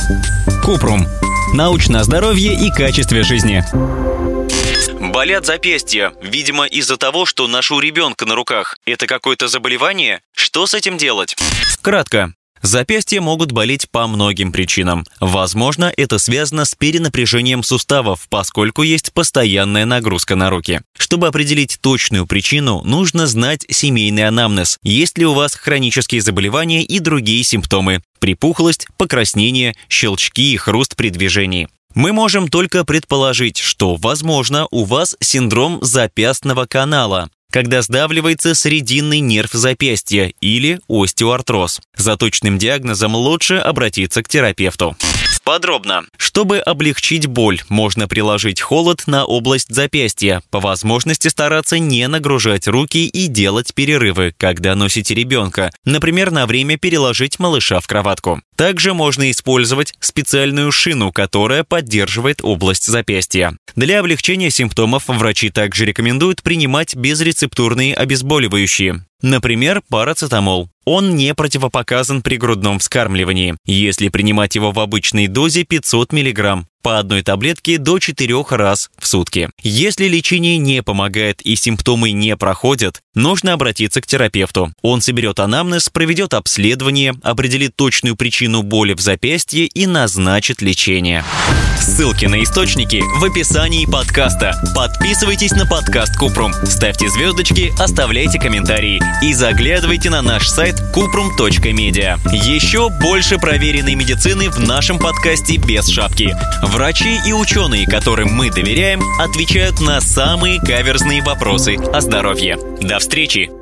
Купрум. Научное здоровье и качестве жизни. Болят запястья, видимо, из-за того, что ношу ребенка на руках. Это какое-то заболевание? Что с этим делать? Кратко. Запястья могут болеть по многим причинам. Возможно, это связано с перенапряжением суставов, поскольку есть постоянная нагрузка на руки. Чтобы определить точную причину, нужно знать семейный анамнез. Есть ли у вас хронические заболевания и другие симптомы: припухлость, покраснение, щелчки и хруст при движении. Мы можем только предположить, что, возможно, у вас синдром запястного канала, когда сдавливается срединный нерв запястья, или остеоартроз. За точным диагнозом лучше обратиться к терапевту. Подробно. Чтобы облегчить боль, можно приложить холод на область запястья. По возможности стараться не нагружать руки и делать перерывы, когда носите ребенка. Например, на время переложить малыша в кроватку. Также можно использовать специальную шину, которая поддерживает область запястья. Для облегчения симптомов врачи также рекомендуют принимать безрецептурные обезболивающие. Например, парацетамол. Он не противопоказан при грудном вскармливании, если принимать его в обычной дозе 500 мг, по одной таблетке до 4 раз в сутки. Если лечение не помогает и симптомы не проходят, нужно обратиться к терапевту. Он соберет анамнез, проведет обследование, определит точную причину боли в запястье и назначит лечение. Ссылки на источники в описании подкаста. Подписывайтесь на подкаст Купрум, ставьте звездочки, оставляйте комментарии и заглядывайте на наш сайт kuprum.media. Еще больше проверенной медицины в нашем подкасте без шапки. Врачи и ученые, которым мы доверяем, отвечают на самые каверзные вопросы о здоровье. До встречи!